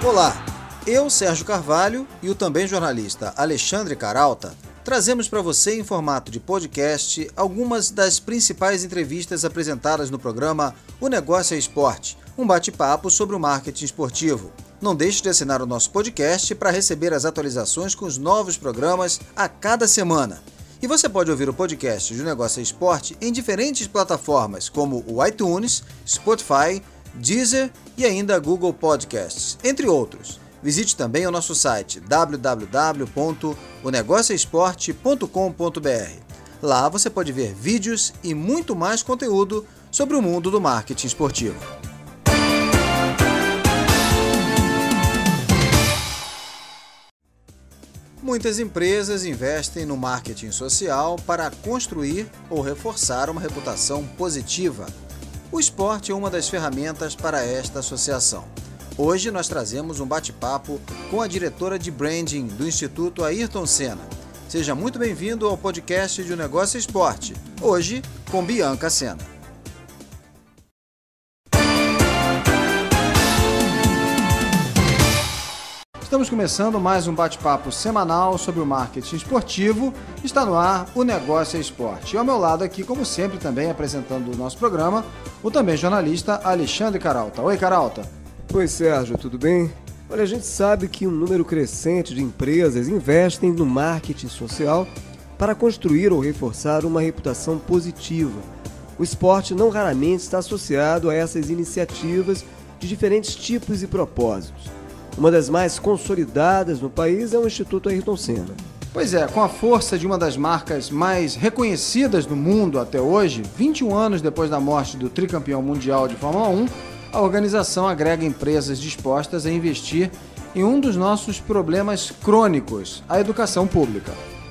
Olá, eu, Sérgio Carvalho, e o também jornalista Alexandre Caralta, trazemos para você em formato de podcast algumas das principais entrevistas apresentadas no programa O Negócio é Esporte, um bate-papo sobre o marketing esportivo. Não deixe de assinar o nosso podcast para receber as atualizações com os novos programas a cada semana. E você pode ouvir o podcast do Negócio é Esporte em diferentes plataformas, como o iTunes, Spotify, Deezer e ainda Google Podcasts, entre outros. Visite também o nosso site www.onegocioesporte.com.br. Lá você pode ver vídeos e muito mais conteúdo sobre o mundo do marketing esportivo. Muitas empresas investem no marketing social para construir ou reforçar uma reputação positiva. O esporte é uma das ferramentas para esta associação. Hoje nós trazemos um bate-papo com a diretora de branding do Instituto Ayrton Senna. Seja muito bem-vindo ao podcast de O Negócio é Esporte, hoje com Bianca Senna. Estamos começando mais um bate-papo semanal sobre o marketing esportivo. Está no ar O Negócio é Esporte. E ao meu lado aqui, como sempre, também apresentando o nosso programa, o também jornalista Alexandre Caralta. Oi, Caralta. Oi, Sérgio, tudo bem? Olha, a gente sabe que um número crescente de empresas investem no marketing social para construir ou reforçar uma reputação positiva. O esporte não raramente está associado a essas iniciativas de diferentes tipos e propósitos. Uma das mais consolidadas no país é o Instituto Ayrton Senna. Pois é, com a força de uma das marcas mais reconhecidas do mundo até hoje, 21 anos depois da morte do tricampeão mundial de Fórmula 1, a organização agrega empresas dispostas a investir em um dos nossos problemas crônicos, a educação pública.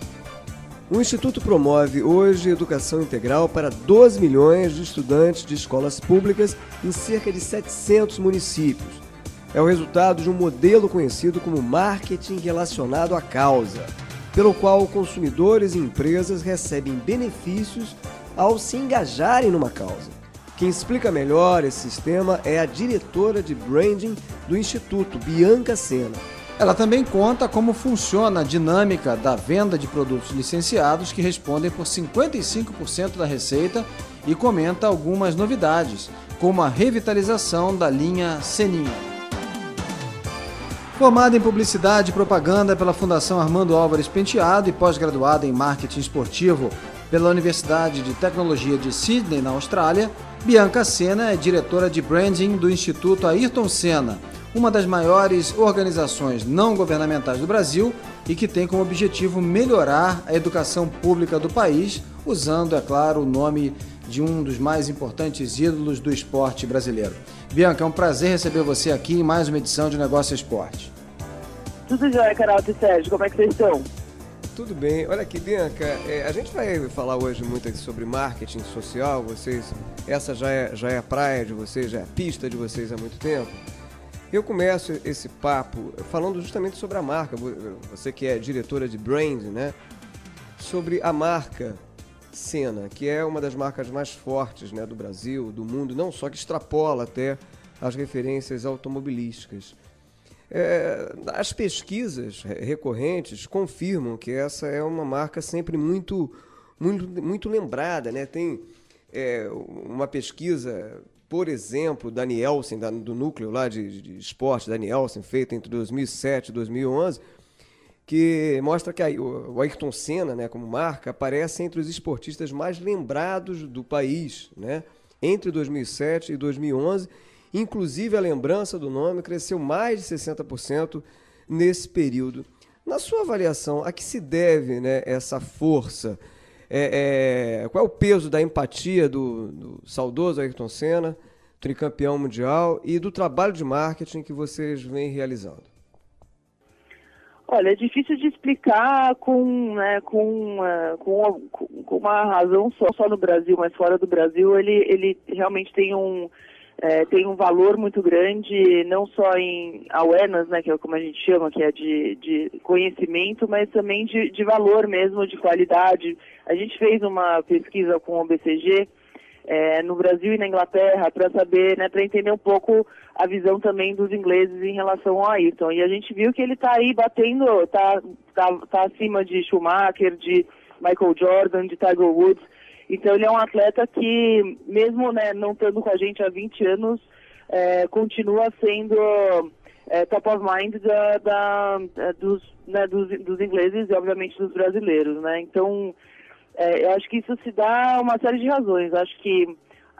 O Instituto promove hoje educação integral para 12 milhões de estudantes de escolas públicas em cerca de 700 municípios. É o resultado de um modelo conhecido como marketing relacionado à causa, pelo qual consumidores e empresas recebem benefícios ao se engajarem numa causa. Quem explica melhor esse sistema é a diretora de branding do Instituto, Bianca Senna. Ela também conta como funciona a dinâmica da venda de produtos licenciados que respondem por 55% da receita e comenta algumas novidades, como a revitalização da linha Seninha. Formada em Publicidade e Propaganda pela Fundação Armando Álvares Penteado e pós-graduada em Marketing Esportivo pela Universidade de Tecnologia de Sydney, na Austrália, Bianca Senna é diretora de branding do Instituto Ayrton Senna, uma das maiores organizações não governamentais do Brasil e que tem como objetivo melhorar a educação pública do país, usando, é claro, o nome de um dos mais importantes ídolos do esporte brasileiro. Bianca, é um prazer receber você aqui em mais uma edição de Negócio Esporte. Tudo jóia, Caralto e Sérgio, como é que vocês estão? Tudo bem. Olha aqui, Bianca, a gente vai falar hoje muito sobre marketing social. Vocês, essa já é a praia de vocês, já é a pista de vocês há muito tempo. Eu começo esse papo falando justamente sobre a marca, você que é diretora de branding, né? Sobre a marca Senna, que é uma das marcas mais fortes, né, do Brasil, do mundo, não só que extrapola até as referências automobilísticas. As pesquisas recorrentes confirmam que essa é uma marca sempre muito lembrada, né? Tem uma pesquisa, por exemplo, da Nielsen, do núcleo lá de esporte da Nielsen, feita entre 2007 e 2011, que mostra que o Ayrton Senna, né, como marca, aparece entre os esportistas mais lembrados do país, né, entre 2007 e 2011. Inclusive, a lembrança do nome cresceu mais de 60% nesse período. Na sua avaliação, a que se deve, né, essa força? Qual é o peso da empatia do saudoso Ayrton Senna, tricampeão mundial, e do trabalho de marketing que vocês vêm realizando? Olha, é difícil de explicar com uma razão só no Brasil, mas fora do Brasil ele realmente tem um valor muito grande, não só em awareness, né, que é como a gente chama, que é de conhecimento, mas também de valor mesmo, de qualidade. A gente fez uma pesquisa com o BCG no Brasil e na Inglaterra, para saber, né, para entender um pouco a visão também dos ingleses em relação ao Ayrton. E a gente viu que ele está aí batendo, tá acima de Schumacher, de Michael Jordan, de Tiger Woods. Então ele é um atleta que, mesmo, né, não estando com a gente há 20 anos, continua sendo top of mind dos ingleses e, obviamente, dos brasileiros, né? Então, eu acho que isso se dá uma série de razões. Eu acho que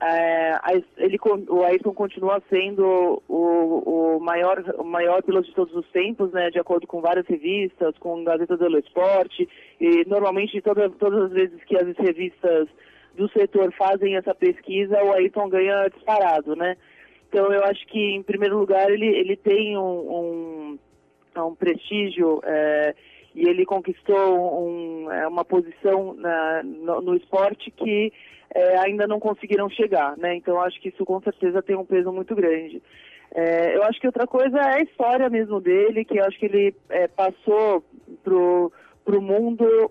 o Ayrton continua sendo o maior piloto de todos os tempos, né, de acordo com várias revistas, com Gazeta dello Sport, e normalmente todas as vezes que as revistas do setor fazem essa pesquisa, o Ayrton ganha disparado, né? Então eu acho que, em primeiro lugar, ele tem um prestígio, e ele conquistou uma posição no esporte que ainda não conseguiram chegar, né? Então acho que isso com certeza tem um peso muito grande. Eu acho que outra coisa é a história mesmo dele, que eu acho que ele passou pro mundo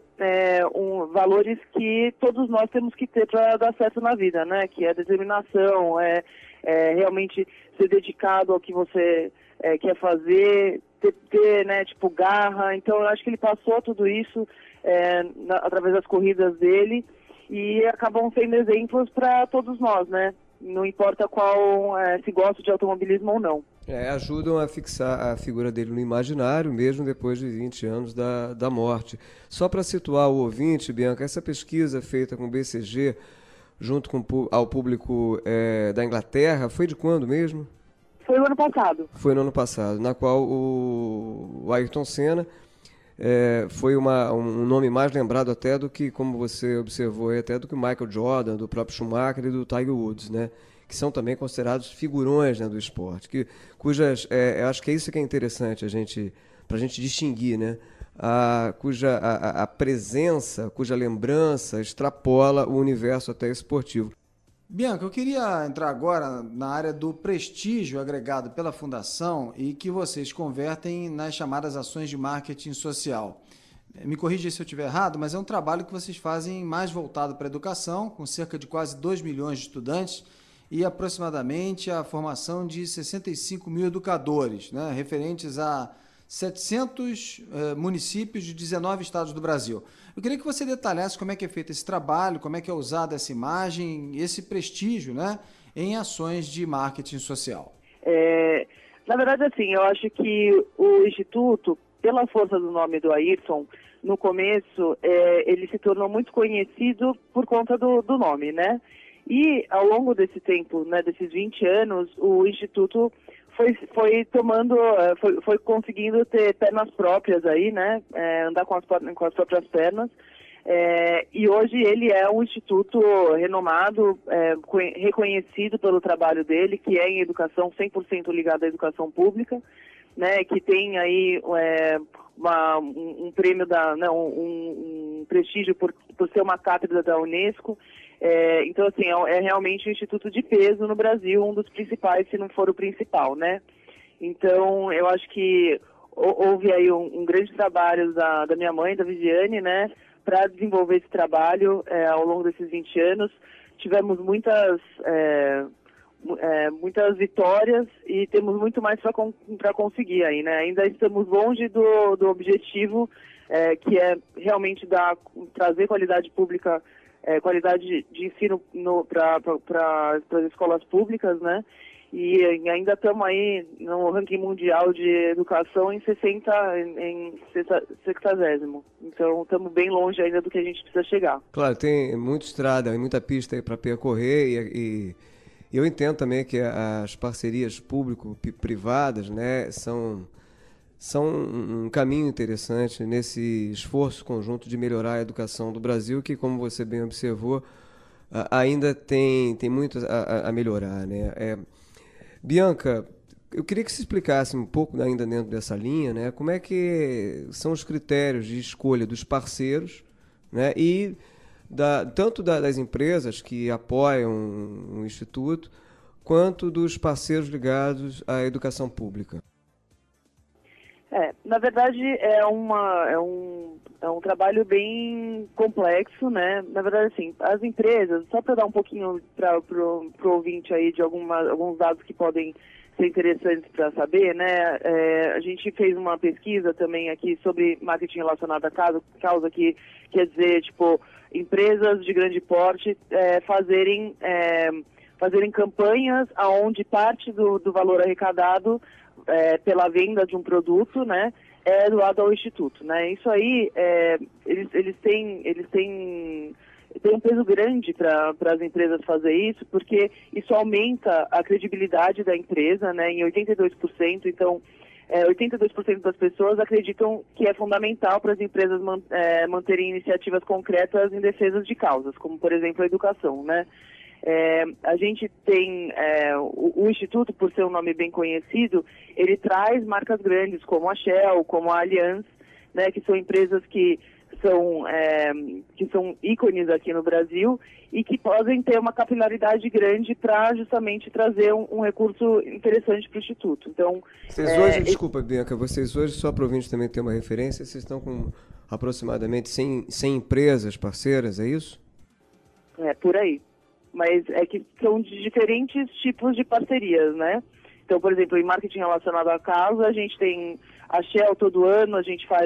valores que todos nós temos que ter para dar certo na vida, né? Que é determinação, realmente ser dedicado ao que você quer fazer, ter, né, tipo, garra. Então eu acho que ele passou tudo isso através das corridas dele, e acabam sendo exemplos para todos nós, né? Não importa se gosta de automobilismo ou não. Ajudam a fixar a figura dele no imaginário, mesmo depois de 20 anos da morte. Só para situar o ouvinte, Bianca, essa pesquisa feita com o BCG, junto ao público da Inglaterra, foi de quando mesmo? Foi no ano passado. Foi no ano passado, na qual o Ayrton Senna foi um nome mais lembrado até do que, como você observou, até do que o Michael Jordan, do próprio Schumacher e do Tiger Woods, né? Que são também considerados figurões, né, do esporte, cujas, eu acho que é isso que é interessante para a gente distinguir, né? Cuja presença, cuja lembrança extrapola o universo até esportivo. Bianca, eu queria entrar agora na área do prestígio agregado pela Fundação e que vocês convertem nas chamadas ações de marketing social. Me corrija se eu estiver errado, mas é um trabalho que vocês fazem mais voltado para a educação, com cerca de quase 2 milhões de estudantes e aproximadamente a formação de 65 mil educadores, né, referentes a 700 municípios de 19 estados do Brasil. Eu queria que você detalhasse como é que é feito esse trabalho, como é que é usada essa imagem, esse prestígio, né, em ações de marketing social. Na verdade, assim, eu acho que o Instituto, pela força do nome do Ayrton, no começo, ele se tornou muito conhecido por conta do nome, né? E ao longo desse tempo, né, desses 20 anos, o Instituto foi conseguindo ter pernas próprias aí, né? Andar com as próprias pernas. E hoje ele é um instituto renomado, reconhecido pelo trabalho dele, que é em educação, 100% ligado à educação pública, né? Que tem aí um prêmio, um prestígio por ser uma cátedra da Unesco. Então, assim, é realmente um instituto de peso no Brasil, um dos principais, se não for o principal, né? Então, eu acho que houve aí um grande trabalho da minha mãe, da Viviane, né, para desenvolver esse trabalho ao longo desses 20 anos. Tivemos muitas vitórias e temos muito mais para conseguir aí, né? Ainda estamos longe do objetivo, que é realmente trazer qualidade pública, qualidade de ensino para as escolas públicas, né? E ainda estamos aí no ranking mundial de educação em 60º. Então estamos bem longe ainda do que a gente precisa chegar. Claro, tem muita estrada e muita pista aí para percorrer e eu entendo também que as parcerias público-privadas, né, são um caminho interessante nesse esforço conjunto de melhorar a educação do Brasil, que, como você bem observou, ainda tem muito a melhorar, né? Bianca, eu queria que você explicasse um pouco ainda dentro dessa linha, né, como é que são os critérios de escolha dos parceiros, né, e tanto das empresas que apoiam o Instituto, quanto dos parceiros ligados à educação pública. Na verdade, é um trabalho bem complexo, né? Na verdade, assim, as empresas, só para dar um pouquinho para o ouvinte aí de alguns dados que podem ser interessantes para saber, né? A gente fez uma pesquisa também aqui sobre marketing relacionado à causa que quer dizer, tipo, empresas de grande porte fazerem campanhas onde parte do valor arrecadado pela venda de um produto, né, é doado ao Instituto, né? Isso aí, eles têm um peso grande para as empresas fazer isso, porque isso aumenta a credibilidade da empresa, né, em 82%. Então, 82% das pessoas acreditam que é fundamental para as empresas manterem iniciativas concretas em defesa de causas, como, por exemplo, a educação, né? A gente tem o Instituto, por ser um nome bem conhecido, ele traz marcas grandes como a Shell, como a Allianz, né, que são empresas que são ícones aqui no Brasil e que podem ter uma capilaridade grande para justamente trazer um recurso interessante para o Instituto. Então, vocês hoje, desculpa, Bianca, vocês hoje, só para o ouvinte também ter uma referência, vocês estão com aproximadamente 100 empresas parceiras, é isso? Por aí. Mas é que são de diferentes tipos de parcerias, né? Então, por exemplo, em marketing relacionado à causa, a gente tem a Shell todo ano, a gente faz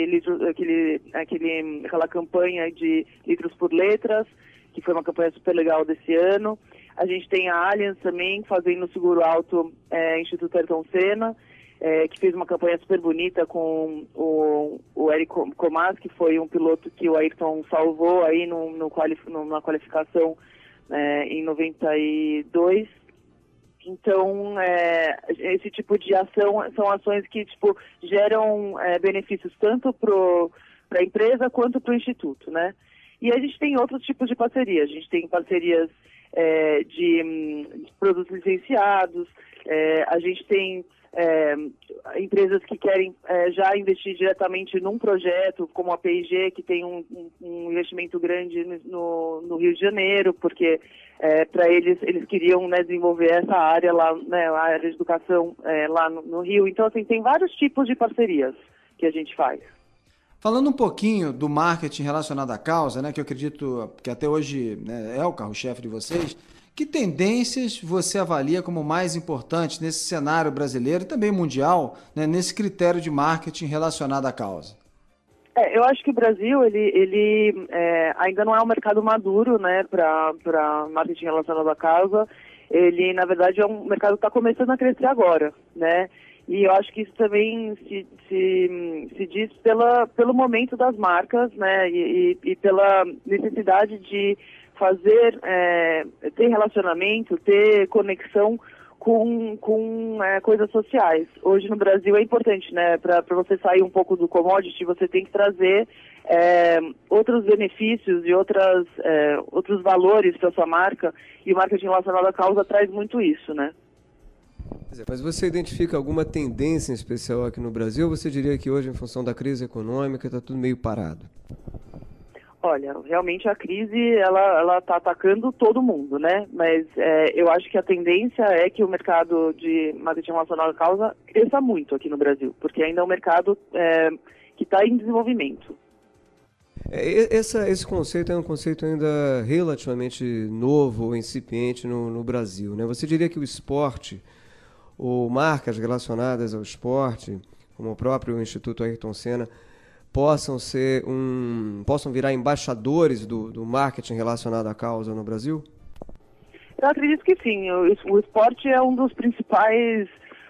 aquela campanha de litros por letras, que foi uma campanha super legal desse ano. A gente tem a Allianz também, fazendo o Seguro Alto Instituto Ayrton Senna, que fez uma campanha super bonita com o Eric Comas, que foi um piloto que o Ayrton salvou aí numa qualificação em 92. Então, esse tipo de ação são ações que geram benefícios tanto para a empresa quanto para o Instituto, né? E a gente tem outros tipos de parcerias. A gente tem parcerias de produtos licenciados, a gente tem empresas que querem já investir diretamente num projeto, como a P&G, que tem um investimento grande no Rio de Janeiro, porque para eles queriam, né, desenvolver essa área lá, né, a área de educação lá no Rio. Então, assim, tem vários tipos de parcerias que a gente faz. Falando um pouquinho do marketing relacionado à causa, né, que eu acredito que até hoje, né, é o carro-chefe de vocês, que tendências você avalia como mais importantes nesse cenário brasileiro e também mundial, né, nesse critério de marketing relacionado à causa? Eu acho que o Brasil ele ainda não é um mercado maduro, né, para marketing relacionado à causa. Ele, na verdade, é um mercado que está começando a crescer agora, né? E eu acho que isso também se diz pelo momento das marcas, né, e pela necessidade de ter relacionamento, ter conexão com coisas sociais. Hoje no Brasil é importante, né, para você sair um pouco do commodity, você tem que trazer outros benefícios e outros valores para sua marca, e o marketing relacionado à causa traz muito isso, né? Mas você identifica alguma tendência em especial aqui no Brasil, ou você diria que hoje, em função da crise econômica, está tudo meio parado? Olha, realmente a crise, ela está atacando todo mundo, né? Mas eu acho que a tendência é que o mercado de marketing relacionado à causa cresça muito aqui no Brasil, porque ainda é um mercado que está em desenvolvimento. Esse conceito é um conceito ainda relativamente novo ou incipiente no Brasil, né? Você diria que o esporte, ou marcas relacionadas ao esporte, como o próprio Instituto Ayrton Senna, possam virar embaixadores do marketing relacionado à causa no Brasil? Eu acredito que sim. O esporte é um dos principais,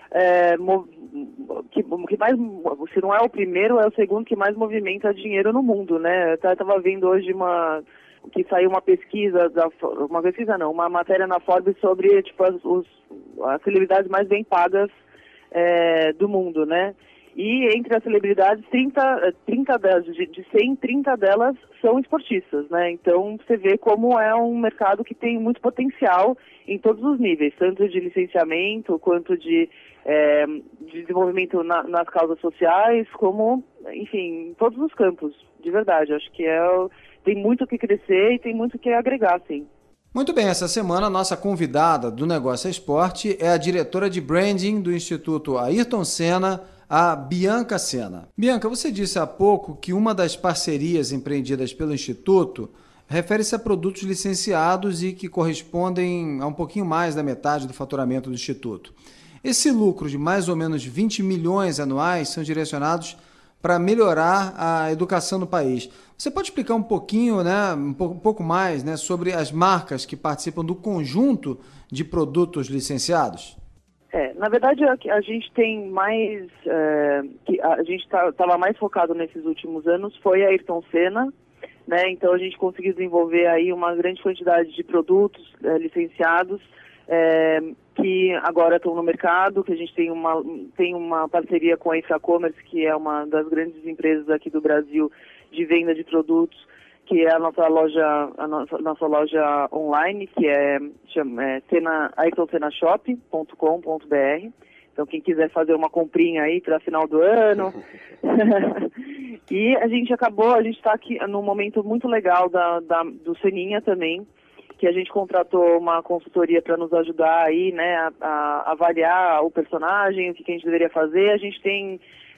que mais, se não é o primeiro, é o segundo que mais movimenta dinheiro no mundo, né? Eu estava vendo hoje que saiu uma pesquisa, uma matéria na Forbes sobre as celebridades mais bem pagas do mundo, né? E entre as celebridades, 30 delas são esportistas, né? Então você vê como é um mercado que tem muito potencial em todos os níveis, tanto de licenciamento quanto de desenvolvimento nas causas sociais, como, enfim, em todos os campos, de verdade. Acho que tem muito o que crescer e tem muito o que agregar, sim. Muito bem, essa semana a nossa convidada do Negócio é Esporte é a diretora de branding do Instituto Ayrton Senna, a Bianca Sena. Bianca, você disse há pouco que uma das parcerias empreendidas pelo Instituto refere-se a produtos licenciados e que correspondem a um pouquinho mais da metade do faturamento do Instituto. Esse lucro de mais ou menos 20 milhões anuais são direcionados para melhorar a educação no país. Você pode explicar um pouquinho, né, um pouco mais, né, sobre as marcas que participam do conjunto de produtos licenciados? Na verdade, a gente tem mais, que a gente estava mais focado nesses últimos anos, foi a Ayrton Senna, né? Então a gente conseguiu desenvolver aí uma grande quantidade de produtos licenciados, que agora estão no mercado, que a gente tem uma parceria com a Infracommerce, que é uma das grandes empresas aqui do Brasil de venda de produtos, que é a nossa loja online, que é ayrtonsenashop.com.br. Então quem quiser fazer uma comprinha aí para final do ano. E a gente está aqui num momento muito legal do Seninha também, que a gente contratou uma consultoria para nos ajudar aí, né, a avaliar o personagem, o que a gente deveria fazer. A gente tem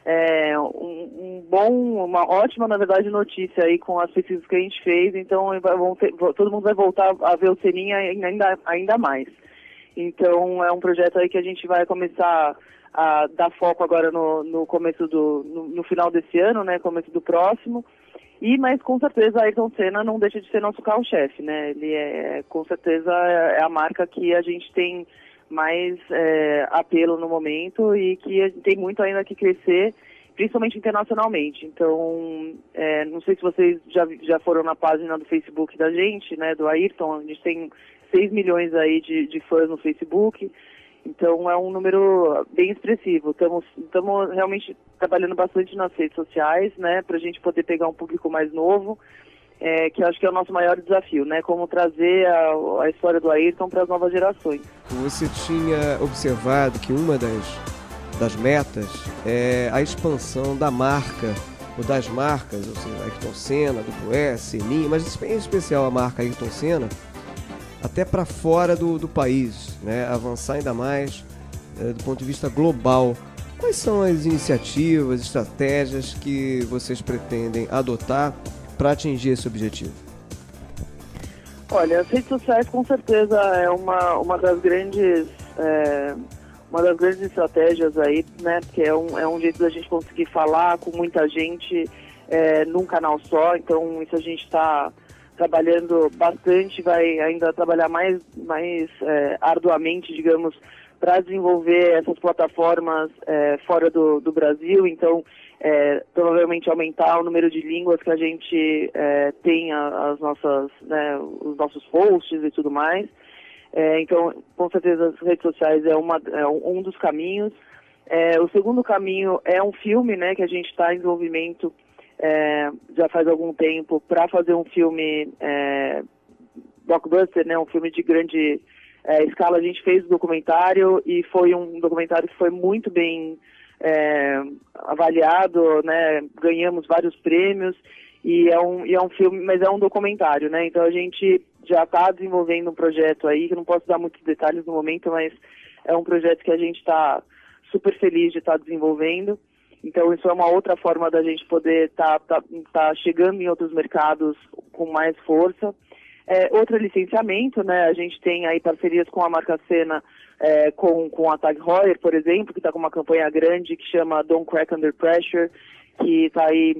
uma ótima, na verdade, notícia aí com as pesquisas que a gente fez, então todo mundo vai voltar a ver o Seninha ainda mais. Então é um projeto aí que a gente vai começar a dar foco agora no começo no final desse ano, né, começo do próximo. Mas com certeza a Ayrton Senna não deixa de ser nosso carro-chefe, né? Ele com certeza é a marca que a gente tem mais apelo no momento e que tem muito ainda que crescer, principalmente internacionalmente. Então, não sei se vocês já foram na página do Facebook da gente, né, do Ayrton. A gente tem 6 milhões aí de fãs no Facebook. Então é um número bem expressivo. Estamos realmente trabalhando bastante nas redes sociais, né, para a gente poder pegar um público mais novo, que eu acho que é o nosso maior desafio, né, como trazer a história do Ayrton para as novas gerações. Você tinha observado que uma das metas é a expansão da marca, ou das marcas, ou seja, Ayrton Senna, Duplo S, Seninha, mas em especial a marca Ayrton Senna, até para fora do país, né? Avançar ainda mais do ponto de vista global. Quais são as iniciativas, estratégias que vocês pretendem adotar para atingir esse objetivo? Olha, as redes sociais com certeza é uma das grandes estratégias aí, né? Porque é um jeito da gente conseguir falar com muita gente num canal só. Então isso a gente está trabalhando bastante, vai ainda trabalhar mais arduamente, digamos, para desenvolver essas plataformas fora do Brasil. Então, provavelmente aumentar o número de línguas que a gente tem os nossos posts e tudo mais. Então, com certeza, as redes sociais é um dos caminhos. O segundo caminho é um filme, né, que a gente está em desenvolvimento já faz algum tempo, para fazer um filme blockbuster, né, um filme de grande escala. A gente fez o documentário e foi um documentário que foi muito bem avaliado, né, ganhamos vários prêmios e é um filme, mas é um documentário, né, então a gente já está desenvolvendo um projeto aí, que eu não posso dar muitos detalhes no momento, mas é um projeto que a gente está super feliz de estar desenvolvendo. Então isso é uma outra forma da gente poder tá chegando em outros mercados com mais força. Outro licenciamento, né? A gente tem aí parcerias com a marca Senna, com a Tag Heuer, por exemplo, que está com uma campanha grande que chama Don't Crack Under Pressure, que está aí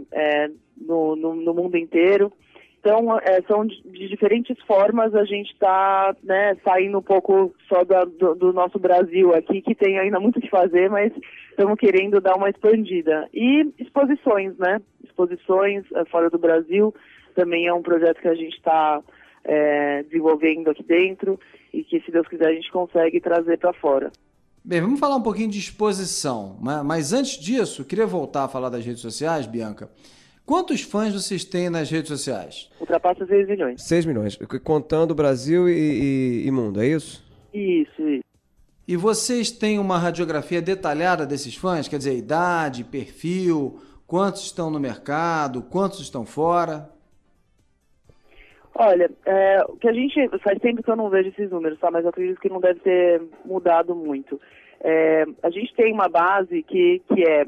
no mundo inteiro. Então, são de diferentes formas. A gente está, né, saindo um pouco só do nosso Brasil aqui, que tem ainda muito o que fazer, mas estamos querendo dar uma expandida. E exposições, né? Exposições fora do Brasil também é um projeto que a gente está desenvolvendo aqui dentro e que, se Deus quiser, a gente consegue trazer para fora. Bem, vamos falar um pouquinho de exposição, mas antes disso, queria voltar a falar das redes sociais, Bianca. Quantos fãs vocês têm nas redes sociais? Ultrapassa 6 milhões. 6 milhões, contando Brasil e mundo, é isso? Isso. E vocês têm uma radiografia detalhada desses fãs? Quer dizer, idade, perfil, quantos estão no mercado, quantos estão fora? Olha, o que a gente... Faz tempo que eu não vejo esses números, tá? Mas eu acredito que não deve ter mudado muito. A gente tem uma base que é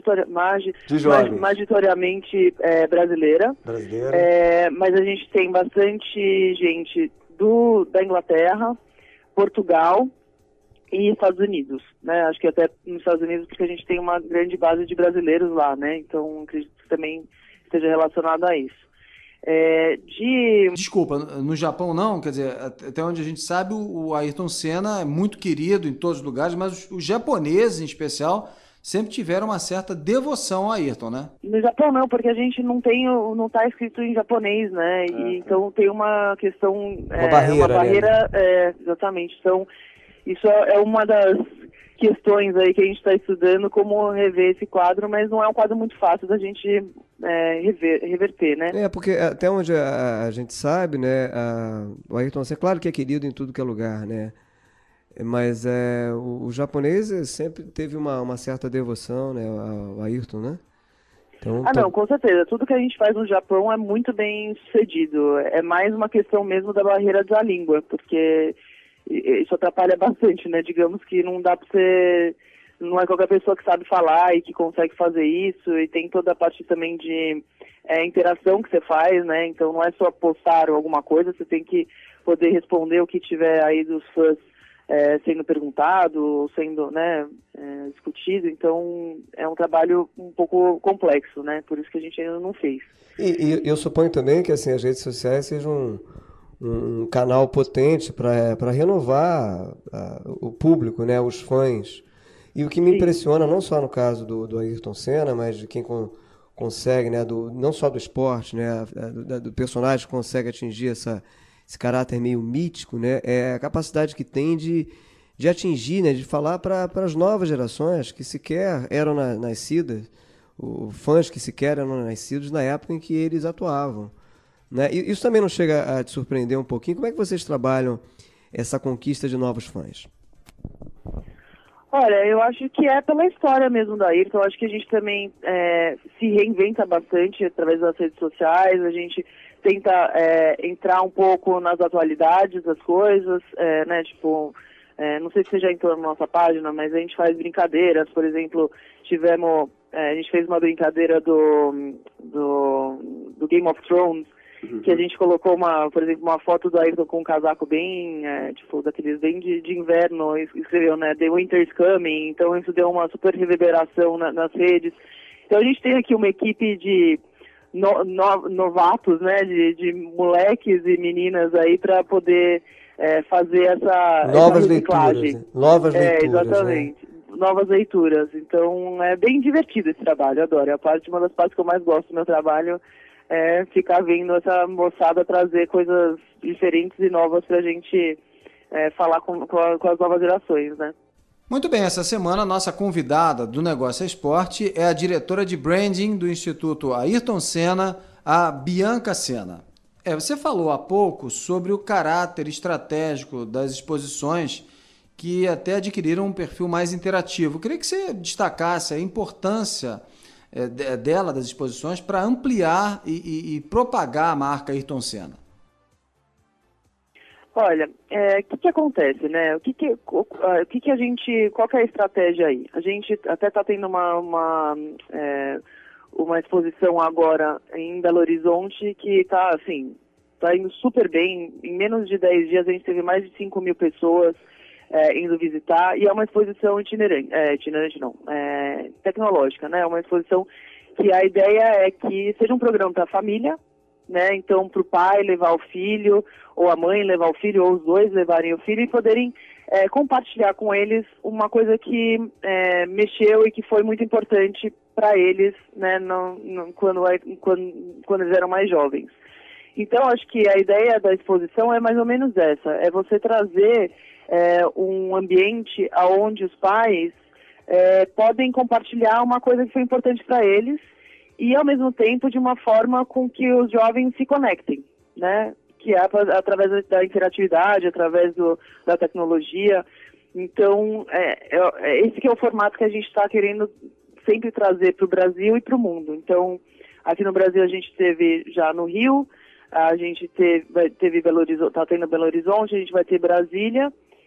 majoritariamente brasileira, mas a gente tem bastante gente da Inglaterra, Portugal e Estados Unidos, né? Acho que até nos Estados Unidos, porque a gente tem uma grande base de brasileiros lá, né? Então, acredito que também esteja relacionado a isso. Desculpa, no Japão não, quer dizer, até onde a gente sabe, o Ayrton Senna é muito querido em todos os lugares, mas os japoneses, em especial, sempre tiveram uma certa devoção ao Ayrton, né? No Japão não, porque a gente não está escrito em japonês, né? E, então tem uma questão... Uma barreira, né? Exatamente. Então, isso é uma das questões aí que a gente está estudando, como rever esse quadro, mas não é um quadro muito fácil da gente reverter, né? Porque até onde a gente sabe, né, o Ayrton Senna, claro que é querido em tudo que é lugar, né? Mas o japonês sempre teve uma certa devoção, né, ao Ayrton, né? Então, não, com certeza. Tudo que a gente faz no Japão é muito bem sucedido. É mais uma questão mesmo da barreira da língua, porque isso atrapalha bastante, né? Digamos que não dá para você... Não é qualquer pessoa que sabe falar e que consegue fazer isso, e tem toda a parte também de interação que você faz, né? Então não é só postar alguma coisa, você tem que poder responder o que tiver aí dos fãs sendo perguntado, sendo, né, discutido. Então é um trabalho um pouco complexo, né? Por isso que a gente ainda não fez. E eu suponho também que assim, as redes sociais sejam um canal potente para renovar o público, né, os fãs. E o que me impressiona, não só no caso do Ayrton Senna, mas de quem consegue, né, não só do esporte, né, do personagem que consegue atingir esse caráter meio mítico, né, é a capacidade que tem de atingir, né, de falar para as novas gerações que sequer eram nascidas, fãs que sequer eram nascidos na época em que eles atuavam. Né? E isso também não chega a te surpreender um pouquinho? Como é que vocês trabalham essa conquista de novos fãs? Olha, eu acho que é pela história mesmo da Ayrton. Eu acho que a gente também se reinventa bastante através das redes sociais. A gente tenta entrar um pouco nas atualidades das coisas, né? Tipo, não sei se você já entrou na nossa página, mas a gente faz brincadeiras. Por exemplo, a gente fez uma brincadeira do Game of Thrones, que a gente colocou por exemplo, uma foto do Ayrton com um casaco bem, tipo, daqueles bem de inverno, escreveu, né, The Winter's Coming, então isso deu uma super reverberação nas redes. Então a gente tem aqui uma equipe de novatos, né, de moleques e meninas aí para poder fazer essa reciclagem. Novas leituras. Exatamente. Né? Novas leituras. Então é bem divertido esse trabalho, eu adoro. Uma das partes que eu mais gosto do meu trabalho ficar vendo essa moçada trazer coisas diferentes e novas pra gente falar com as novas gerações, né? Muito bem, essa semana a nossa convidada do Negócio é Esporte é a diretora de branding do Instituto Ayrton Senna, a Bianca Senna. Você falou há pouco sobre o caráter estratégico das exposições que até adquiriram um perfil mais interativo. Eu queria que você destacasse a importância das exposições para ampliar e propagar a marca Ayrton Senna. Olha, o que acontece, né? Qual que é a estratégia aí? A gente até está tendo uma exposição agora em Belo Horizonte que está indo super bem. Em menos de 10 dias a gente teve mais de 5.000 pessoas indo visitar, e é uma exposição tecnológica, né? É uma exposição que a ideia é que seja um programa para a família, né? Então, para o pai levar o filho, ou a mãe levar o filho, ou os dois levarem o filho e poderem compartilhar com eles uma coisa que mexeu e que foi muito importante para eles, né? Quando eles eram mais jovens. Então, acho que a ideia da exposição é mais ou menos essa, é você trazer um ambiente onde os pais podem compartilhar uma coisa que foi importante para eles e, ao mesmo tempo, de uma forma com que os jovens se conectem, né? Que é através da interatividade, através da tecnologia. Então, esse que é o formato que a gente está querendo sempre trazer para o Brasil e para o mundo. Então, aqui no Brasil a gente teve já no Rio, a gente teve Belo Horizonte, está tendo Belo Horizonte, a gente vai ter Brasília.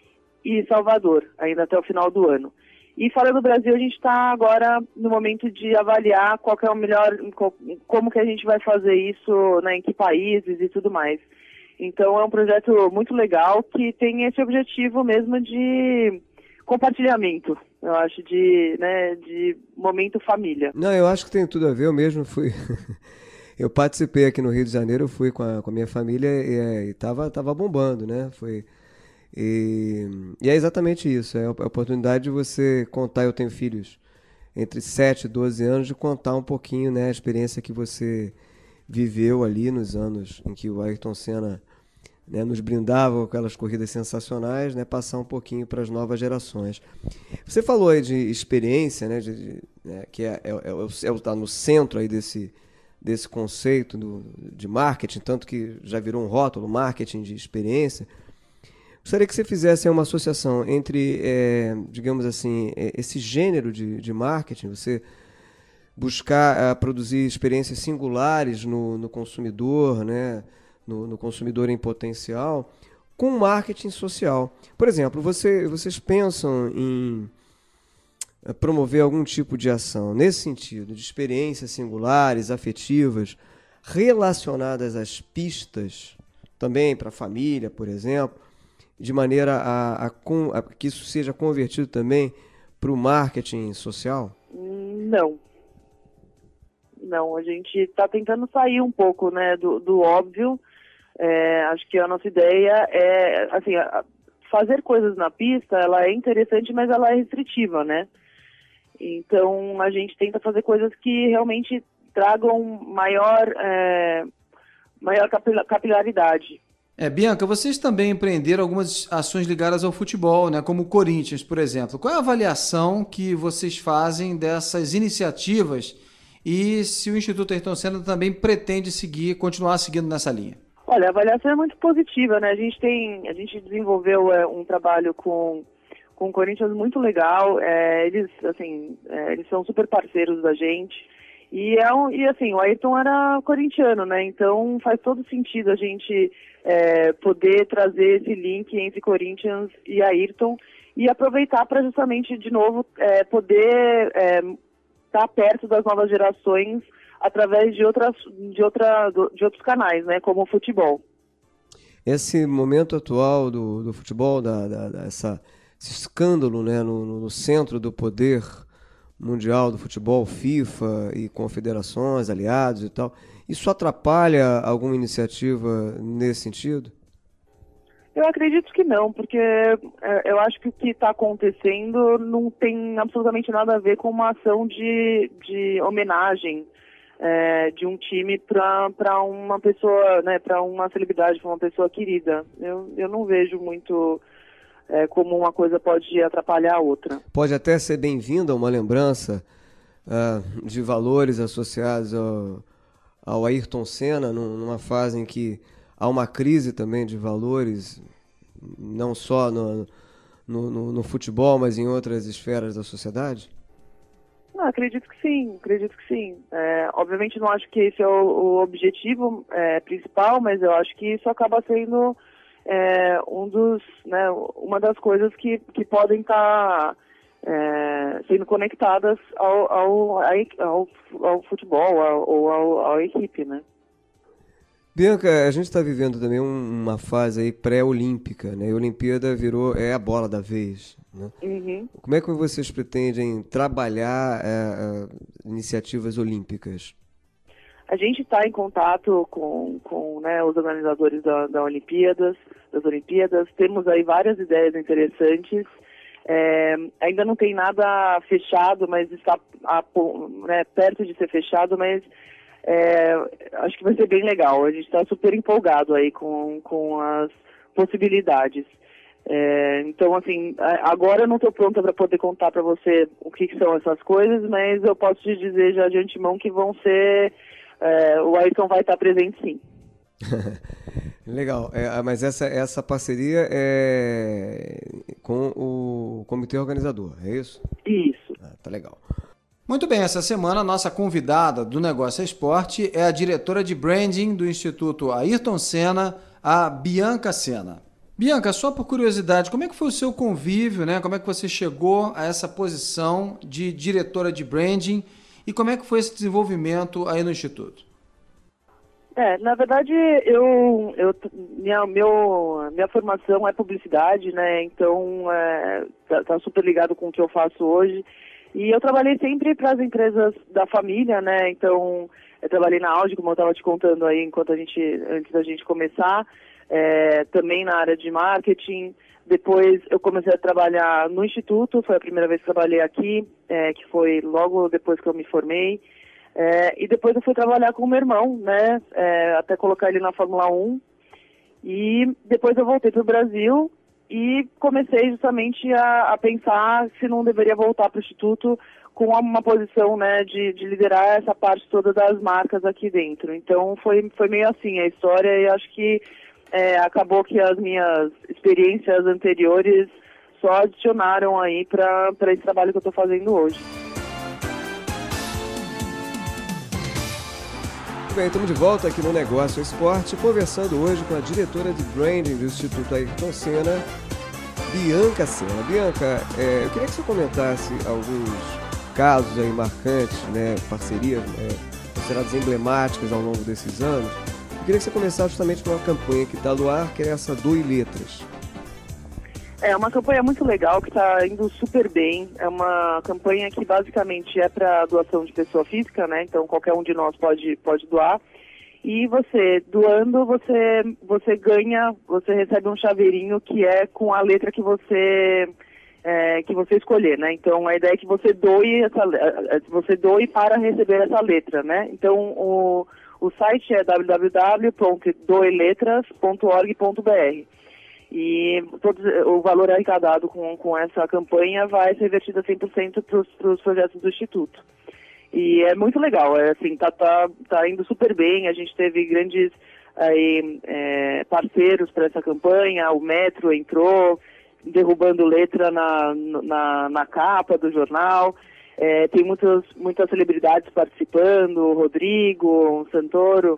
e Salvador, ainda até o final do ano. E fora do Brasil, a gente está agora no momento de avaliar qual que é o melhor, como que a gente vai fazer isso, né, em que países e tudo mais. Então é um projeto muito legal que tem esse objetivo mesmo de compartilhamento, eu acho, de momento família. Não, eu acho que tem tudo a ver, eu mesmo fui... Eu participei aqui no Rio de Janeiro, eu fui com a minha família e tava bombando, né? E é exatamente isso, é a oportunidade de você contar. Eu tenho filhos entre 7 e 12 anos, de contar um pouquinho, né, a experiência que você viveu ali nos anos em que o Ayrton Senna, né, nos brindava com aquelas corridas sensacionais, né, passar um pouquinho para as novas gerações. Você falou aí de experiência, né, né, que tá no centro aí desse conceito de marketing, tanto que já virou um rótulo, marketing de experiência. Gostaria que você fizesse uma associação entre, digamos assim, esse gênero de marketing, você buscar produzir experiências singulares no consumidor, né, no consumidor em potencial, com marketing social. Por exemplo, vocês pensam em promover algum tipo de ação nesse sentido, de experiências singulares, afetivas, relacionadas às pistas, também para a família, por exemplo, de maneira a que isso seja convertido também para o marketing social? Não, a gente está tentando sair um pouco, né, do óbvio. Acho que a nossa ideia é, assim, fazer coisas na pista, ela é interessante, mas ela é restritiva, né? Então, a gente tenta fazer coisas que realmente tragam maior capilaridade. Bianca, vocês também empreenderam algumas ações ligadas ao futebol, né? Como o Corinthians, por exemplo. Qual é a avaliação que vocês fazem dessas iniciativas e se o Instituto Ayrton Senna também pretende continuar seguindo nessa linha? Olha, a avaliação é muito positiva, né? A gente desenvolveu um trabalho com o Corinthians muito legal. Eles são super parceiros da gente. E assim, o Ayrton era corintiano, né? Então faz todo sentido a gente poder trazer esse link entre Corinthians e Ayrton e aproveitar para justamente, de novo, poder estar perto das novas gerações através de outros canais, né? Como o futebol. Esse momento atual do futebol, esse escândalo, né, no centro do poder mundial do futebol, FIFA e confederações, aliados e tal, isso atrapalha alguma iniciativa nesse sentido? Eu acredito que não, porque eu acho que o que está acontecendo não tem absolutamente nada a ver com uma ação de homenagem de um time para uma pessoa, né, para uma celebridade, para uma pessoa querida. Eu não vejo muito como uma coisa pode atrapalhar a outra. Pode até ser bem-vinda uma lembrança de valores associados ao Ayrton Senna, numa fase em que há uma crise também de valores, não só no futebol, mas em outras esferas da sociedade? Acredito que sim. Obviamente não acho que esse é o objetivo principal, mas eu acho que isso acaba sendo uma das coisas que podem estar sendo conectadas ao futebol ou à equipe, né? Bianca, a gente está vivendo também uma fase aí pré-olímpica, né? A Olimpíada virou a bola da vez, né? Uhum. Como é que vocês pretendem trabalhar iniciativas olímpicas? A gente está em contato com os organizadores das Olimpíadas. Temos aí várias ideias interessantes. Ainda não tem nada fechado, mas está perto de ser fechado, mas acho que vai ser bem legal. A gente está super empolgado aí com as possibilidades. Então, assim, agora eu não estou pronta para poder contar para você o que são essas coisas, mas eu posso te dizer já de antemão que vão ser... o Ayrton vai estar presente, sim. Legal. Mas essa parceria é com o comitê organizador, é isso? Isso. Tá legal. Muito bem, essa semana a nossa convidada do Negócio é Esporte é a diretora de branding do Instituto Ayrton Senna, a Bianca Senna. Bianca, só por curiosidade, como é que foi o seu convívio, né? Como é que você chegou a essa posição de diretora de branding e como é que foi esse desenvolvimento aí no Instituto? Na verdade, minha formação é publicidade, né? Então, tá super ligado com o que eu faço hoje. E eu trabalhei sempre para as empresas da família, né? Então, eu trabalhei na Audi, como eu estava te contando aí, antes da gente começar, também na área de marketing. Depois, eu comecei a trabalhar no Instituto, foi a primeira vez que trabalhei aqui, que foi logo depois que eu me formei. E depois eu fui trabalhar com o meu irmão, né? Até colocar ele na Fórmula 1. E depois eu voltei para o Brasil e comecei justamente a pensar se não deveria voltar para o Instituto com uma posição, né, de liderar essa parte toda das marcas aqui dentro. Então foi meio assim a história e acho que acabou que as minhas experiências anteriores só adicionaram aí para esse trabalho que eu estou fazendo hoje. Bem, estamos de volta aqui no Negócio Esporte, conversando hoje com a diretora de branding do Instituto Ayrton Senna, Bianca Senna. Bianca, eu queria que você comentasse alguns casos aí marcantes, né, parcerias consideradas emblemáticas ao longo desses anos. Eu queria que você começasse justamente com uma campanha que está no ar, que é essa Doe Letras. É uma campanha muito legal que está indo super bem. É uma campanha que basicamente é para doação de pessoa física, né? Então qualquer um de nós pode doar. E você doando, você ganha, você recebe um chaveirinho que é com a letra que você escolher, né? Então a ideia é que você doe para receber essa letra, né? Então o site é www.doeletras.org.br. E o valor arrecadado com essa campanha vai ser revertido a 100% para os projetos do Instituto. E é muito legal, tá indo super bem, a gente teve grandes parceiros para essa campanha, o Metro entrou, derrubando letra na capa do jornal, tem muitas celebridades participando, o Rodrigo, o Santoro,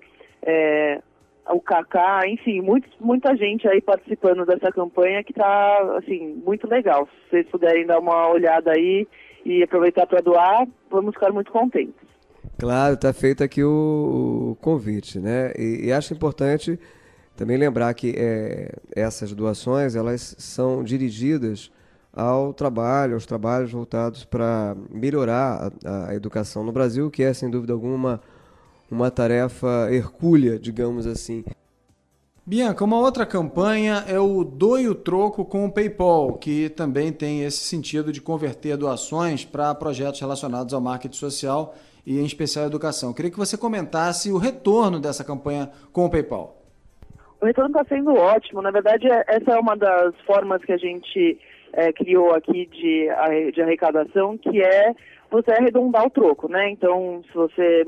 o Kaká, enfim, muita gente aí participando dessa campanha que tá, assim, muito legal. Se vocês puderem dar uma olhada aí e aproveitar para doar, vamos ficar muito contentes. Claro, está feito aqui o convite, né? E acho importante também lembrar que essas doações, elas são dirigidas aos trabalhos voltados para melhorar a educação no Brasil, que é, sem dúvida alguma, uma tarefa hercúlea, digamos assim. Bianca, uma outra campanha é o Doe o Troco com o PayPal, que também tem esse sentido de converter doações para projetos relacionados ao marketing social e, em especial, a educação. Eu queria que você comentasse o retorno dessa campanha com o PayPal. O retorno está sendo ótimo. Na verdade, essa é uma das formas que a gente criou aqui de arrecadação, que é você arredondar o troco, né? Então, se você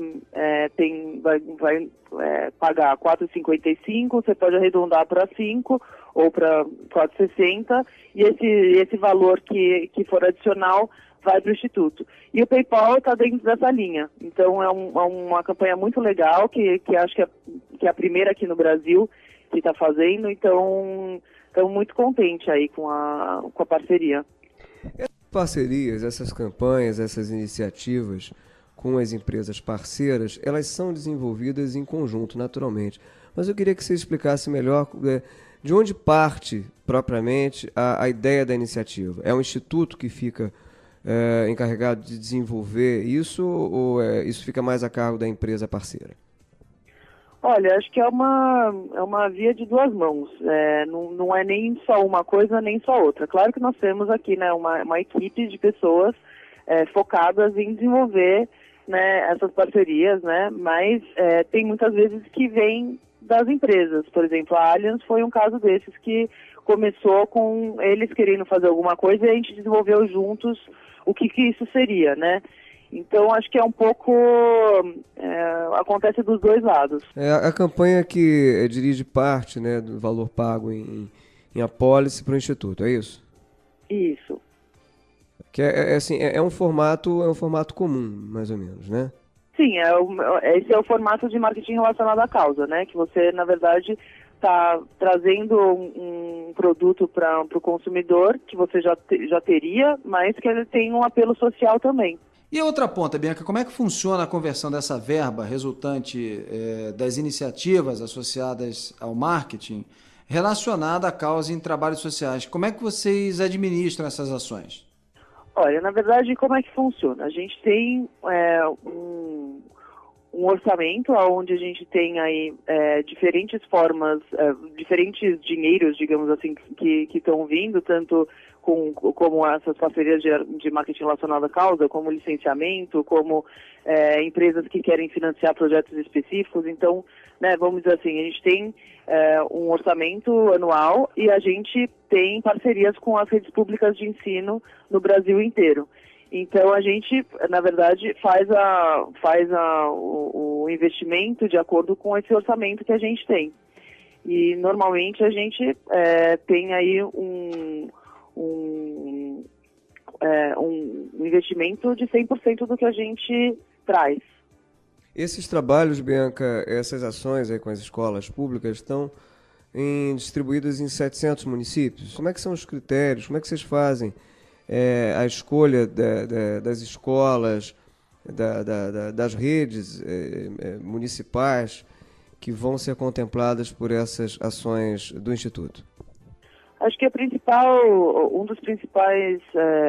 vai pagar R$4,55, você pode arredondar para 5 ou para R$4,60 e esse valor que for adicional vai para o Instituto. E o PayPal está dentro dessa linha. Então, é uma campanha muito legal que acho que é a primeira aqui no Brasil que está fazendo. Então, estamos muito contentes aí com a parceria. Parcerias, essas campanhas, essas iniciativas com as empresas parceiras, elas são desenvolvidas em conjunto, naturalmente. Mas eu queria que você explicasse melhor de onde parte, propriamente, a ideia da iniciativa. É um instituto que fica encarregado de desenvolver isso ou isso fica mais a cargo da empresa parceira? Olha, acho que é uma via de duas mãos. Não é nem só uma coisa, nem só outra. Claro que nós temos aqui, né, uma equipe de pessoas focadas em desenvolver, né, essas parcerias, né, mas tem muitas vezes que vem das empresas. Por exemplo, a Allianz foi um caso desses que começou com eles querendo fazer alguma coisa e a gente desenvolveu juntos o que isso seria, né? Então, acho que é um pouco... acontece dos dois lados. A campanha que dirige parte, né, do valor pago em apólice para o Instituto, é isso? Isso. Que é um formato comum, mais ou menos, né? Sim, esse é o formato de marketing relacionado à causa, né? Que você, na verdade, está trazendo um um produto para o consumidor que você já teria, mas que ele tem um apelo social também. E a outra ponta, Bianca, como é que funciona a conversão dessa verba resultante das iniciativas associadas ao marketing relacionada à causa em trabalhos sociais? Como é que vocês administram essas ações? Olha, na verdade, como é que funciona? A gente tem um orçamento onde a gente tem aí diferentes formas, diferentes dinheiros, digamos assim, que estão vindo, tanto como essas parcerias de marketing relacionado à causa, como licenciamento, como empresas que querem financiar projetos específicos. Então, né, vamos dizer assim, a gente tem um orçamento anual e a gente tem parcerias com as redes públicas de ensino no Brasil inteiro. Então, a gente, na verdade, faz o investimento de acordo com esse orçamento que a gente tem. E, normalmente, a gente tem aí um investimento de 100% do que a gente traz. Esses trabalhos, Bianca, essas ações aí com as escolas públicas estão distribuídas em 700 municípios. Como é que são os critérios? Como é que vocês fazem a escolha das escolas, das redes municipais que vão ser contempladas por essas ações do Instituto? Acho que um dos principais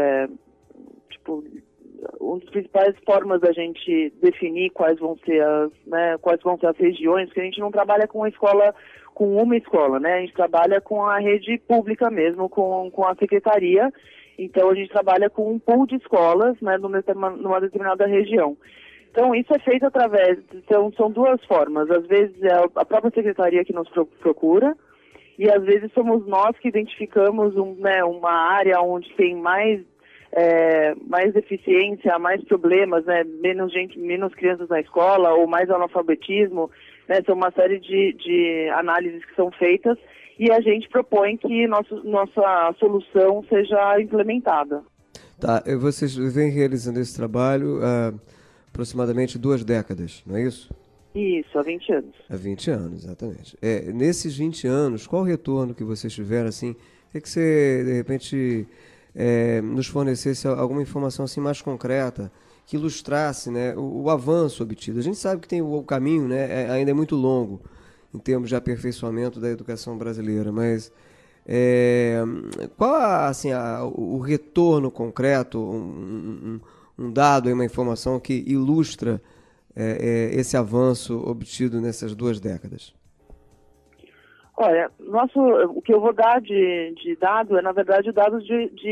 formas da gente definir quais vão ser as regiões, porque a gente não trabalha com uma escola, né? A gente trabalha com a rede pública mesmo, com a secretaria. Então, a gente trabalha com um pool de escolas, né, numa determinada região. Então, isso é feito são duas formas. Às vezes é a própria secretaria que nos procura, e às vezes somos nós que identificamos uma área onde tem mais deficiência, mais problemas, né, menos crianças na escola, ou mais analfabetismo, né, são uma série de análises que são feitas, e a gente propõe que nossa solução seja implementada. Tá, vocês vêm realizando esse trabalho há aproximadamente 2 décadas, não é isso? Isso, há 20 anos. Há 20 anos, exatamente. Nesses 20 anos, qual o retorno que vocês tiveram, assim? Queria que você, de repente, nos fornecesse alguma informação assim, mais concreta, que ilustrasse, né, o avanço obtido. A gente sabe que tem o caminho, né, ainda é muito longo, em termos de aperfeiçoamento da educação brasileira, mas qual assim, o retorno concreto, um dado, uma informação que ilustra esse avanço obtido nessas 2 décadas? Olha, o que eu vou dar de dado é, na verdade, dados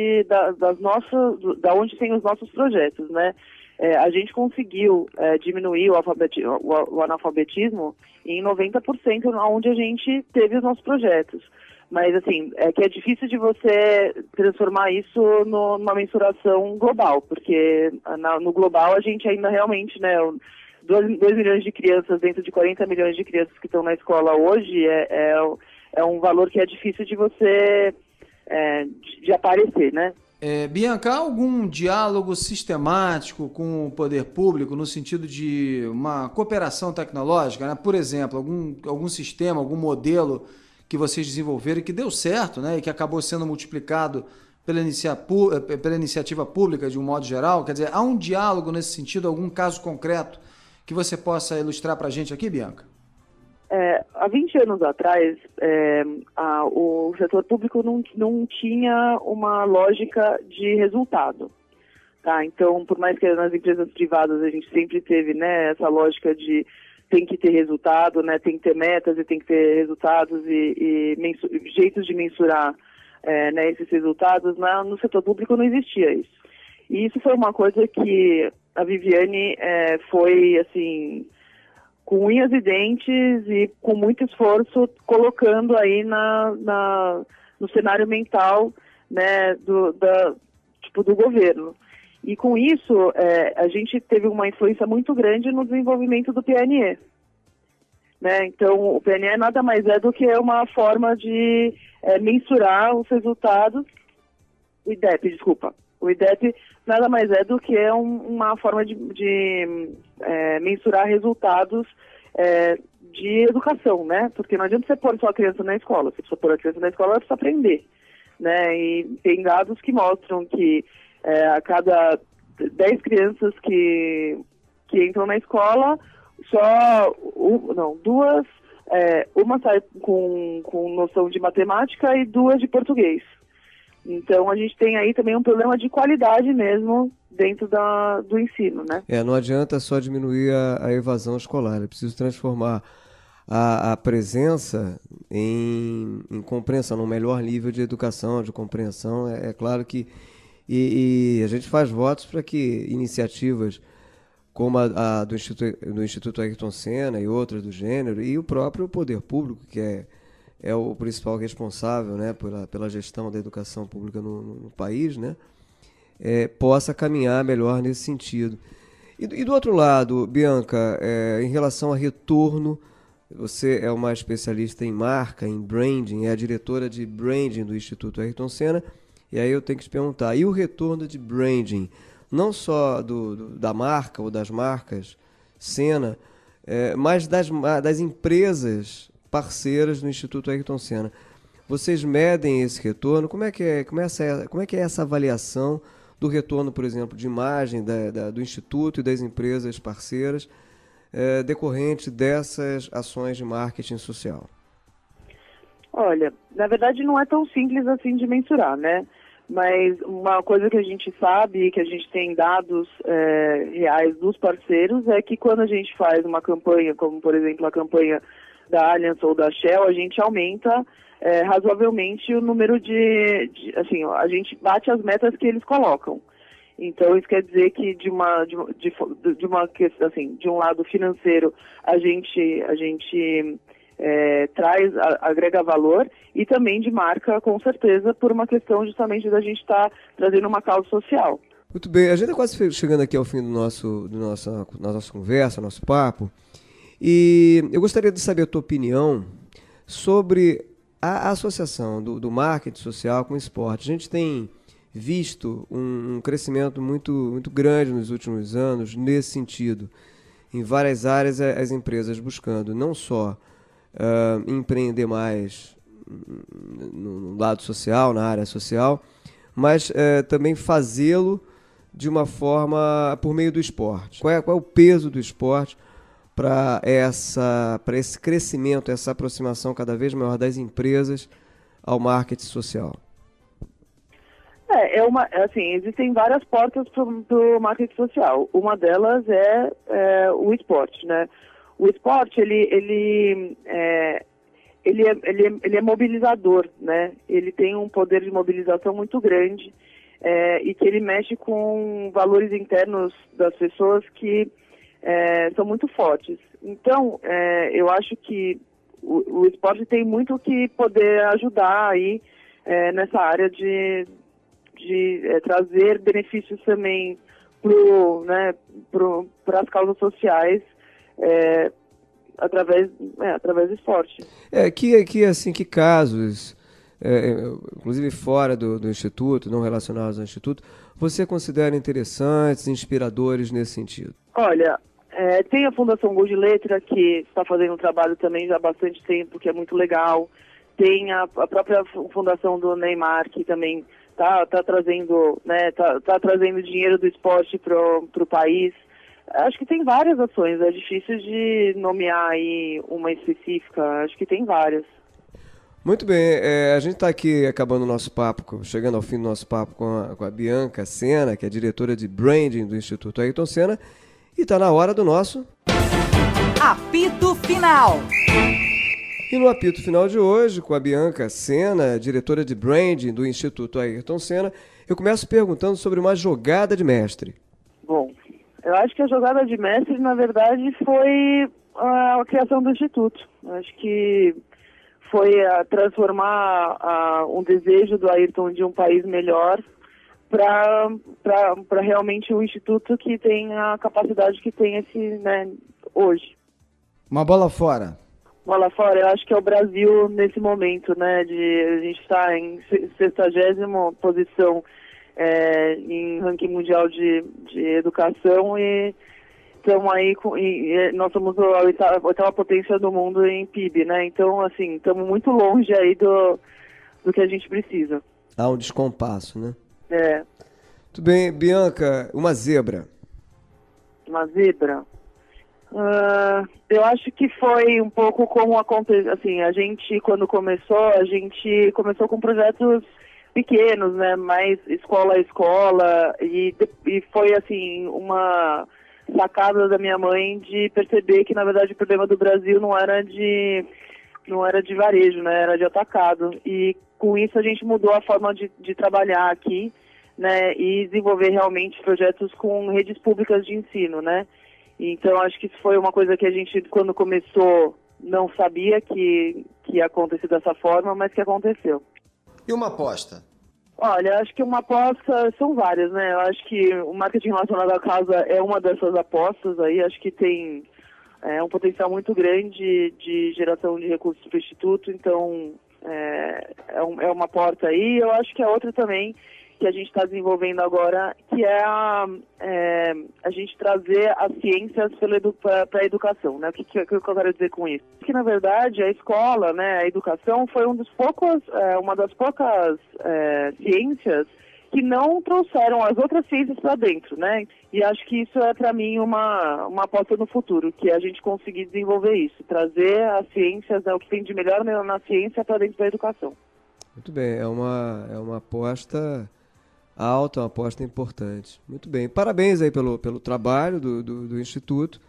da onde tem os nossos projetos, né? A gente conseguiu diminuir o analfabetismo em 90% onde a gente teve os nossos projetos. Mas, assim, que é difícil de você transformar isso numa mensuração global, porque no global a gente ainda realmente, né, 2 milhões de crianças dentro de 40 milhões de crianças que estão na escola hoje é um valor que é difícil de você de aparecer, né? Bianca, há algum diálogo sistemático com o poder público no sentido de uma cooperação tecnológica, né? Por exemplo, algum sistema, algum modelo que vocês desenvolveram e que deu certo, né? E que acabou sendo multiplicado pela iniciativa pública de um modo geral? Quer dizer, há um diálogo nesse sentido, algum caso concreto que você possa ilustrar para a gente aqui, Bianca? Há 20 anos atrás, o setor público não tinha uma lógica de resultado. Tá? Então, por mais que nas empresas privadas a gente sempre teve, né, essa lógica de tem que ter resultado, né, tem que ter metas e tem que ter resultados e jeitos de mensurar né, esses resultados, no setor público não existia isso. E isso foi uma coisa que a Viviane foi, assim, com unhas e dentes e com muito esforço, colocando aí no cenário mental, né, do governo. E com isso, a gente teve uma influência muito grande no desenvolvimento do PNE. Né? Então, o PNE nada mais é do que uma forma de mensurar os resultados. O IDEP nada mais é do que uma forma de mensurar resultados de educação, né? Porque não adianta você pôr só a criança na escola. Você precisa pôr a criança na escola, ela precisa aprender, né? E tem dados que mostram que a cada 10 crianças que entram na escola, duas, uma sai com noção de matemática e duas de português. Então a gente tem aí também um problema de qualidade mesmo dentro do ensino, né? Não adianta só diminuir a evasão escolar, é preciso transformar a presença em compreensão, num melhor nível de educação, de compreensão. É claro que e a gente faz votos para que iniciativas como a do Instituto Ayrton Senna e outras do gênero, e o próprio poder público, que é o principal responsável, né, pela gestão da educação pública no país, né, possa caminhar melhor nesse sentido. E do outro lado, Bianca, em relação a retorno, você é uma especialista em marca, em branding, é a diretora de branding do Instituto Ayrton Senna, e aí eu tenho que te perguntar, e o retorno de branding, não só da marca ou das marcas Senna, mas das empresas parceiras do Instituto Ayrton Senna. Vocês medem esse retorno? Como é que é essa avaliação do retorno, por exemplo, de imagem do Instituto e das empresas parceiras decorrente dessas ações de marketing social? Olha, na verdade não é tão simples assim de mensurar, né? Mas uma coisa que a gente sabe, que a gente tem dados reais dos parceiros, é que quando a gente faz uma campanha, como por exemplo a campanha da Allianz ou da Shell, a gente aumenta razoavelmente o número assim, a gente bate as metas que eles colocam. Então isso quer dizer que de uma questão, assim, de um lado financeiro a gente agrega valor, e também de marca, com certeza, por uma questão justamente da gente estar trazendo uma causa social. Muito bem, a gente está quase chegando aqui ao fim da nossa conversa, nosso papo, e eu gostaria de saber a tua opinião sobre a associação do marketing social com o esporte. A gente tem visto um crescimento muito, muito grande nos últimos anos nesse sentido. Em várias áreas, as empresas buscando não só empreender mais no lado social, na área social, mas também fazê-lo de uma forma por meio do esporte. Qual é o peso do esporte para esse crescimento, essa aproximação cada vez maior das empresas ao marketing social? Assim, existem várias portas para o marketing social. Uma delas é o esporte, né? O esporte, ele é mobilizador, né? Ele tem um poder de mobilização muito grande e que ele mexe com valores internos das pessoas que são muito fortes. Então, eu acho que o esporte tem muito que poder ajudar aí nessa área de trazer benefícios também para as causas sociais, através do esporte. Que casos, inclusive fora do Instituto, não relacionados ao Instituto, você considera interessantes, inspiradores nesse sentido? Olha, tem a Fundação Gol de Letra, que está fazendo um trabalho também já há bastante tempo, que é muito legal. Tem a própria Fundação do Neymar, que também tá trazendo, né, tá trazendo dinheiro do esporte pro país. Acho que tem várias ações, é difícil de nomear aí uma específica, acho que tem várias. Muito bem, a gente está aqui acabando o nosso papo, chegando ao fim do nosso papo com a Bianca Senna, que é diretora de branding do Instituto Ayrton Senna, e está na hora do nosso Apito Final. E no apito final de hoje, com a Bianca Senna, diretora de branding do Instituto Ayrton Senna, eu começo perguntando sobre uma jogada de mestre. Bom, eu acho que a jogada de mestre, na verdade, foi a criação do Instituto. Eu acho que foi transformar um desejo do Ayrton de um país melhor para realmente um Instituto que tem a capacidade que tem hoje. Uma bola fora. Bola fora, eu acho que é o Brasil nesse momento, né? A gente está em 60ª posição em ranking mundial de educação e estamos aí nós somos a oitava potência do mundo em PIB, né? Então, assim, estamos muito longe aí do que a gente precisa. Há um descompasso, né? É. Tudo bem, Bianca, uma zebra. Uma zebra? Eu acho que foi um pouco como aconteceu, assim, a gente quando começou com projetos pequenos, né, mais escola a escola, e foi assim, uma sacada da minha mãe de perceber que na verdade o problema do Brasil não era de varejo, né, era de atacado, e com isso a gente mudou a forma de trabalhar aqui, né, e desenvolver realmente projetos com redes públicas de ensino, né. Então, acho que isso foi uma coisa que a gente, quando começou, não sabia que ia acontecer dessa forma, mas que aconteceu. E uma aposta? Olha, acho que uma aposta, são várias, né? Eu acho que o marketing relacionado à casa é uma dessas apostas aí. Acho que tem um potencial muito grande de geração de recursos para o Instituto, então é uma porta aí. Eu acho que a outra também, que a gente está desenvolvendo agora, que é a gente trazer as ciências para a educação, né? O que eu quero dizer com isso? Que, na verdade, a escola, né, a educação, foi uma das poucas ciências que não trouxeram as outras ciências para dentro, né? E acho que isso é, para mim, uma aposta no futuro, que é a gente conseguir desenvolver isso, trazer as ciências, o que tem de melhor na ciência para dentro da educação. Muito bem, é uma aposta alta, uma aposta importante. Muito bem. Parabéns aí pelo trabalho do Instituto.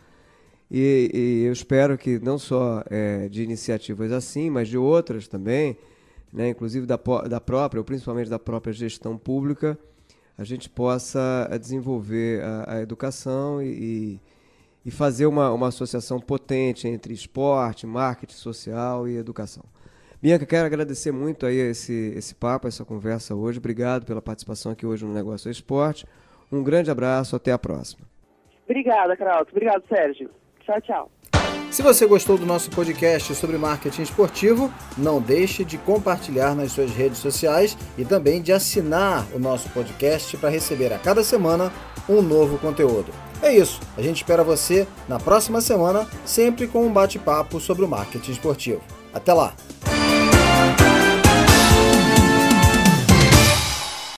E eu espero que não só de iniciativas assim, mas de outras também, né, inclusive da própria, ou principalmente da própria gestão pública, a gente possa desenvolver a educação e fazer uma associação potente entre esporte, marketing social e educação. Bianca, quero agradecer muito aí esse papo, essa conversa hoje. Obrigado pela participação aqui hoje no Negócio é Esporte. Um grande abraço, até a próxima. Obrigada, Carol. Obrigado, Sérgio. Tchau, tchau. Se você gostou do nosso podcast sobre marketing esportivo, não deixe de compartilhar nas suas redes sociais e também de assinar o nosso podcast para receber a cada semana um novo conteúdo. É isso, a gente espera você na próxima semana, sempre com um bate-papo sobre o marketing esportivo. Até lá!